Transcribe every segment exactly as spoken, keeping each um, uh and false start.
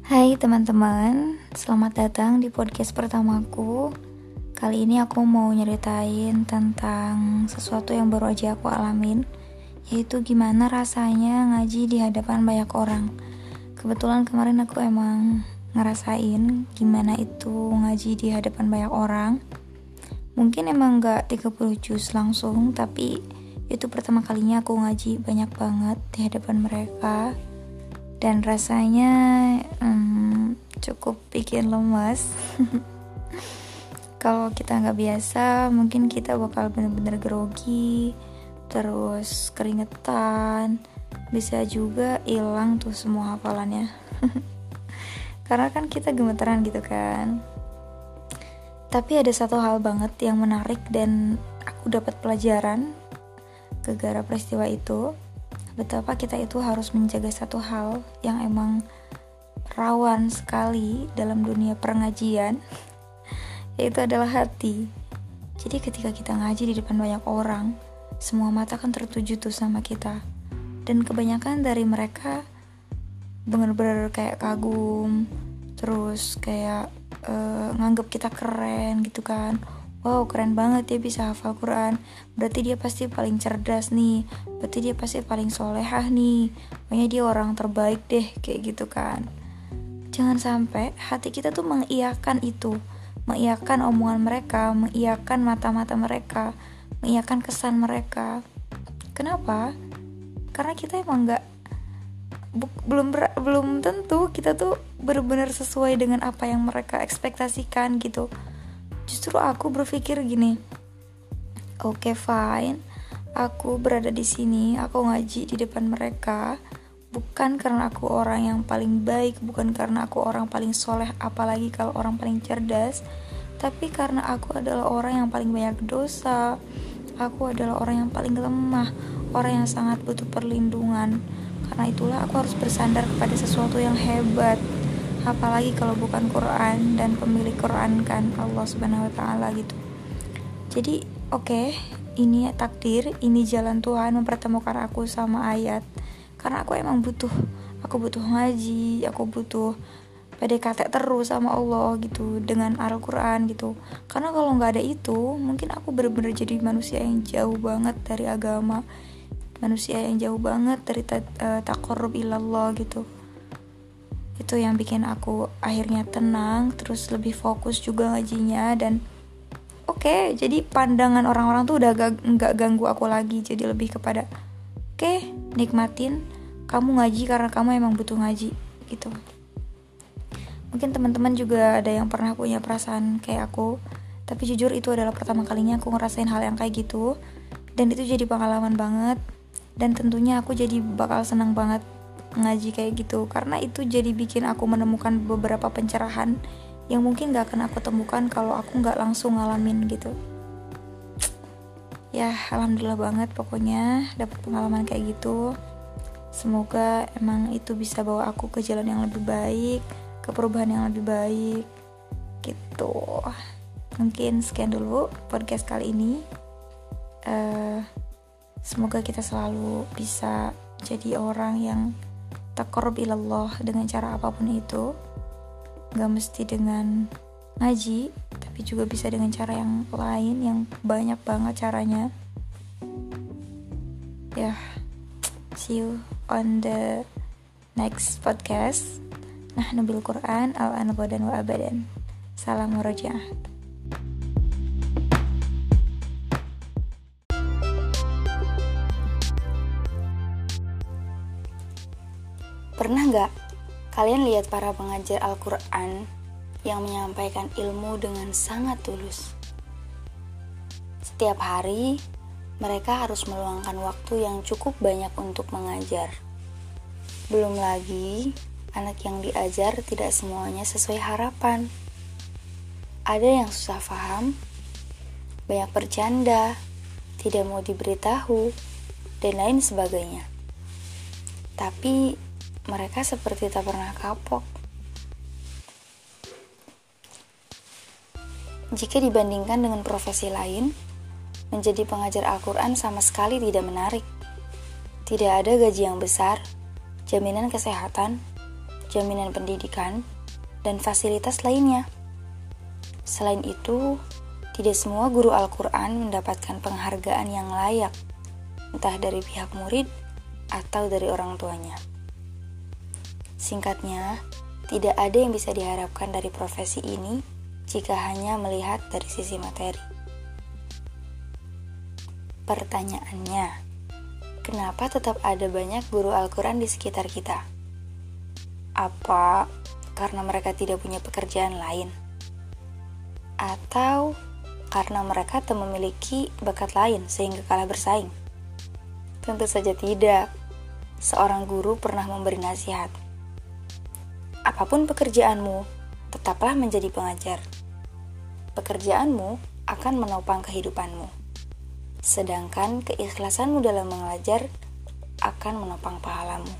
Hai teman-teman, selamat datang di podcast pertamaku. Kali ini aku mau nyeritain tentang sesuatu yang baru aja aku alamin, yaitu gimana rasanya ngaji di hadapan banyak orang. Kebetulan kemarin aku emang ngerasain gimana itu ngaji di hadapan banyak orang. Mungkin emang gak tiga puluh juz langsung, tapi itu pertama kalinya aku ngaji banyak banget di hadapan mereka. Dan rasanya hmm, cukup bikin lemas. Kalau kita nggak biasa, mungkin kita bakal bener-bener grogi, terus keringetan, bisa juga hilang tuh semua hafalannya. Karena kan kita gemeteran gitu kan. Tapi ada satu hal banget yang menarik dan aku dapat pelajaran gara-gara peristiwa itu. Betapa kita itu harus menjaga satu hal yang emang rawan sekali dalam dunia pengajian, yaitu adalah hati. Jadi ketika kita ngaji di depan banyak orang, semua mata kan tertuju tuh sama kita. Dan kebanyakan dari mereka bener-bener kayak kagum, terus kayak uh, nganggep kita keren gitu kan. Wow, keren banget dia bisa hafal Quran. Berarti dia pasti paling cerdas nih. Berarti dia pasti paling solehah nih. Pokoknya dia orang terbaik deh, kayak gitu kan. Jangan sampai hati kita tuh mengiyakan itu, mengiyakan omongan mereka, mengiyakan mata-mata mereka, mengiyakan kesan mereka. Kenapa? Karena kita emang gak bu, belum ber, belum tentu kita tuh benar-benar sesuai dengan apa yang mereka ekspektasikan gitu. Justru aku berpikir gini, oke okay, fine, aku berada di sini, aku ngaji di depan mereka, bukan karena aku orang yang paling baik, bukan karena aku orang paling soleh, apalagi kalau orang paling cerdas, tapi karena aku adalah orang yang paling banyak dosa, aku adalah orang yang paling lemah, orang yang sangat butuh perlindungan. Karena itulah aku harus bersandar kepada sesuatu yang hebat. Apalagi kalau bukan Quran, dan pemilik Quran kan Allah Subhanahu wa taala gitu. Jadi oke, okay, ini takdir, ini jalan Tuhan mempertemukan aku sama ayat. Karena aku emang butuh, aku butuh ngaji, aku butuh P D K T terus sama Allah gitu, dengan Al-Quran gitu. Karena kalau gak ada itu, mungkin aku bener-bener jadi manusia yang jauh banget dari agama, manusia yang jauh banget dari uh, taqarrub ilallah gitu. Itu yang bikin aku akhirnya tenang, terus lebih fokus juga ngajinya. Dan oke, okay, jadi pandangan orang-orang tuh udah gak, gak ganggu aku lagi. Jadi lebih kepada oke, okay, nikmatin kamu ngaji karena kamu emang butuh ngaji gitu. Mungkin teman-teman juga ada yang pernah punya perasaan kayak aku, tapi jujur itu adalah pertama kalinya aku ngerasain hal yang kayak gitu. Dan itu jadi pengalaman banget. Dan tentunya aku jadi bakal senang banget ngaji kayak gitu, karena itu jadi bikin aku menemukan beberapa pencerahan yang mungkin gak akan aku temukan kalau aku gak langsung ngalamin gitu. Ya alhamdulillah banget pokoknya dapat pengalaman kayak gitu. Semoga emang itu bisa bawa aku ke jalan yang lebih baik, ke perubahan yang lebih baik gitu. Mungkin sekian dulu podcast kali ini. uh, Semoga kita selalu bisa jadi orang yang taqarrub ilallah dengan cara apapun itu. Gak mesti dengan ngaji, tapi juga bisa dengan cara yang lain yang banyak banget caranya. Ya, yeah. See you on the next podcast. Nahnu bil Quran al-an ghadan wa abadan. Salam murajaah. Pernah gak kalian lihat para pengajar Al-Quran yang menyampaikan ilmu dengan sangat tulus? Setiap hari, mereka harus meluangkan waktu yang cukup banyak untuk mengajar. Belum lagi, anak yang diajar tidak semuanya sesuai harapan. Ada yang susah paham, banyak bercanda, tidak mau diberitahu, dan lain sebagainya. Tapi mereka seperti tak pernah kapok. Jika dibandingkan dengan profesi lain, menjadi pengajar Al-Quran sama sekali tidak menarik. Tidak ada gaji yang besar, jaminan kesehatan, jaminan pendidikan, dan fasilitas lainnya. Selain itu, tidak semua guru Al-Quran mendapatkan penghargaan yang layak, entah dari pihak murid atau dari orang tuanya. Singkatnya, tidak ada yang bisa diharapkan dari profesi ini jika hanya melihat dari sisi materi. Pertanyaannya, kenapa tetap ada banyak guru Al-Quran di sekitar kita? Apa karena mereka tidak punya pekerjaan lain? Atau karena mereka tak memiliki bakat lain sehingga kalah bersaing? Tentu saja tidak. Seorang guru pernah memberi nasihat. Apapun pekerjaanmu, tetaplah menjadi pengajar. Pekerjaanmu akan menopang kehidupanmu. Sedangkan keikhlasanmu dalam mengajar akan menopang pahalamu.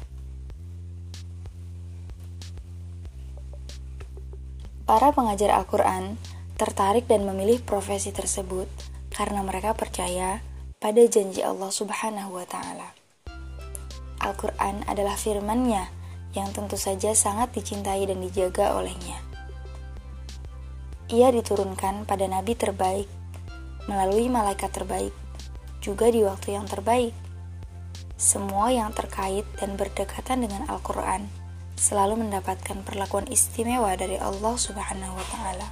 Para pengajar Al-Quran tertarik dan memilih profesi tersebut karena mereka percaya pada janji Allah Subhanahu wa Ta'ala. Al-Quran adalah firman-Nya yang tentu saja sangat dicintai dan dijaga olehnya. Ia diturunkan pada nabi terbaik, melalui malaikat terbaik, juga di waktu yang terbaik. Semua yang terkait dan berdekatan dengan Al-Quran selalu mendapatkan perlakuan istimewa dari Allah Subhanahu wa Ta'ala.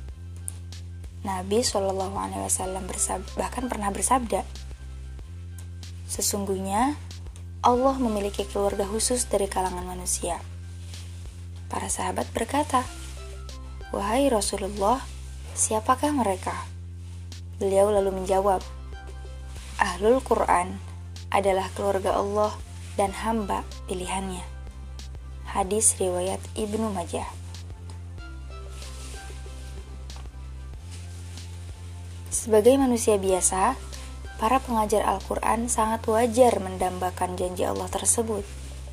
Nabi shallallahu alaihi wasallam bahkan pernah bersabda, sesungguhnya Allah memiliki keluarga khusus dari kalangan manusia. Para sahabat berkata, wahai Rasulullah, siapakah mereka? Beliau lalu menjawab, Ahlul Quran adalah keluarga Allah dan hamba pilihannya. Hadis riwayat Ibnu Majah. Sebagai manusia biasa, para pengajar Al-Quran sangat wajar mendambakan janji Allah tersebut.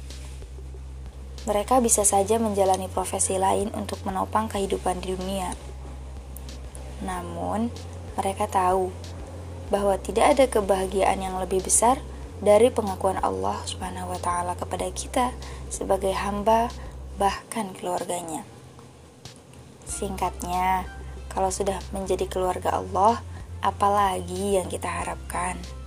Mereka bisa saja menjalani profesi lain untuk menopang kehidupan di dunia. Namun, mereka tahu bahwa tidak ada kebahagiaan yang lebih besar dari pengakuan Allah Subhanahu wa Ta'ala kepada kita sebagai hamba, bahkan keluarganya. Singkatnya, kalau sudah menjadi keluarga Allah, apalagi yang kita harapkan?